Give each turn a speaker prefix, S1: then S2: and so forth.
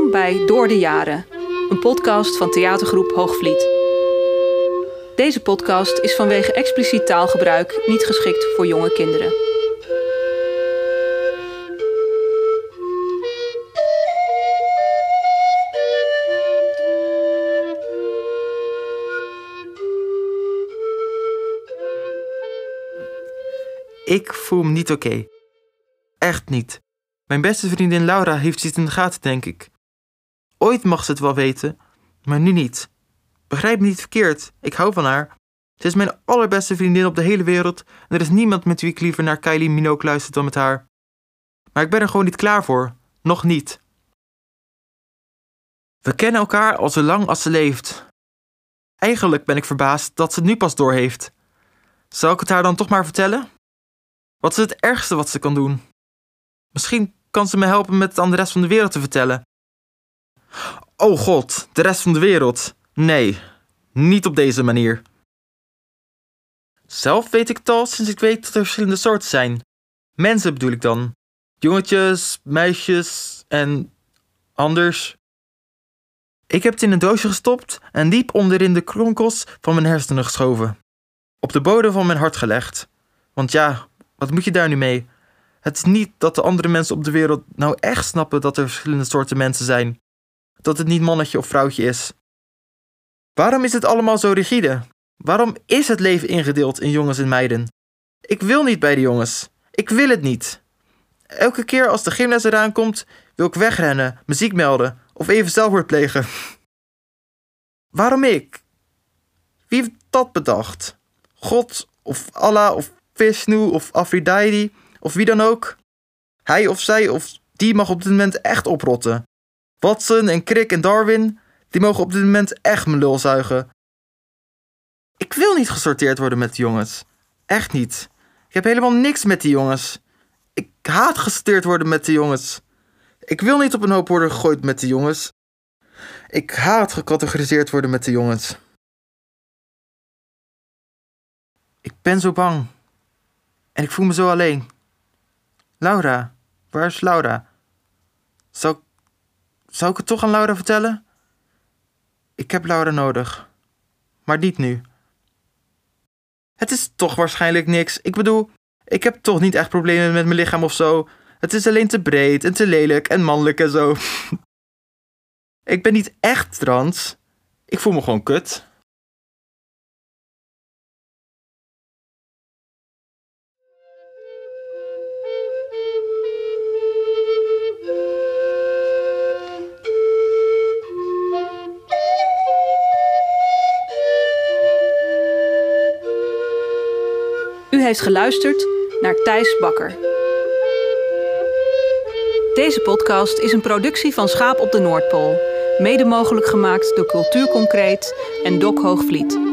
S1: Welkom bij Door de Jaren, een podcast van theatergroep Hoogvliet. Deze podcast is vanwege expliciet taalgebruik niet geschikt voor jonge kinderen.
S2: Ik voel me niet oké. Echt niet. Mijn beste vriendin Laura heeft iets in de gaten, denk ik. Ooit mag ze het wel weten, maar nu niet. Begrijp me niet verkeerd, ik hou van haar. Ze is mijn allerbeste vriendin op de hele wereld en er is niemand met wie ik liever naar Kylie Minogue luister dan met haar. Maar ik ben er gewoon niet klaar voor. Nog niet. We kennen elkaar al zo lang als ze leeft. Eigenlijk ben ik verbaasd dat ze het nu pas doorheeft. Zal ik het haar dan toch maar vertellen? Wat is het ergste wat ze kan doen? Misschien kan ze me helpen met het aan de rest van de wereld te vertellen. Oh god, de rest van de wereld. Nee, niet op deze manier. Zelf weet ik het al sinds ik weet dat er verschillende soorten zijn. Mensen bedoel ik dan. Jongetjes, meisjes en anders. Ik heb het in een doosje gestopt en diep onderin de kronkels van mijn hersenen geschoven. Op de bodem van mijn hart gelegd. Want ja, wat moet je daar nu mee? Het is niet dat de andere mensen op de wereld nou echt snappen dat er verschillende soorten mensen zijn. Dat het niet mannetje of vrouwtje is. Waarom is het allemaal zo rigide? Waarom is het leven ingedeeld in jongens en meiden? Ik wil niet bij de jongens. Ik wil het niet. Elke keer als de gymles eraan komt, wil ik wegrennen, me ziek melden of even zelfmoord plegen. Waarom ik? Wie heeft dat bedacht? God of Allah of Vishnu of Aphrodite of wie dan ook? Hij of zij of die mag op dit moment echt oprotten. Watson en Crick en Darwin, die mogen op dit moment echt mijn lul zuigen. Ik wil niet gesorteerd worden met de jongens. Echt niet. Ik heb helemaal niks met die jongens. Ik haat gesorteerd worden met de jongens. Ik wil niet op een hoop worden gegooid met de jongens. Ik haat gecategoriseerd worden met de jongens. Ik ben zo bang. En ik voel me zo alleen. Laura, waar is Laura? Zou ik het toch aan Laura vertellen? Ik heb Laura nodig. Maar niet nu. Het is toch waarschijnlijk niks. Ik bedoel, ik heb toch niet echt problemen met mijn lichaam of zo. Het is alleen te breed en te lelijk en mannelijk en zo. Ik ben niet echt trans. Ik voel me gewoon kut.
S1: U heeft geluisterd naar Thijs Bakker. Deze podcast is een productie van Schaap op de Noordpool. Mede mogelijk gemaakt door Cultuur Concreet en Doc Hoogvliet.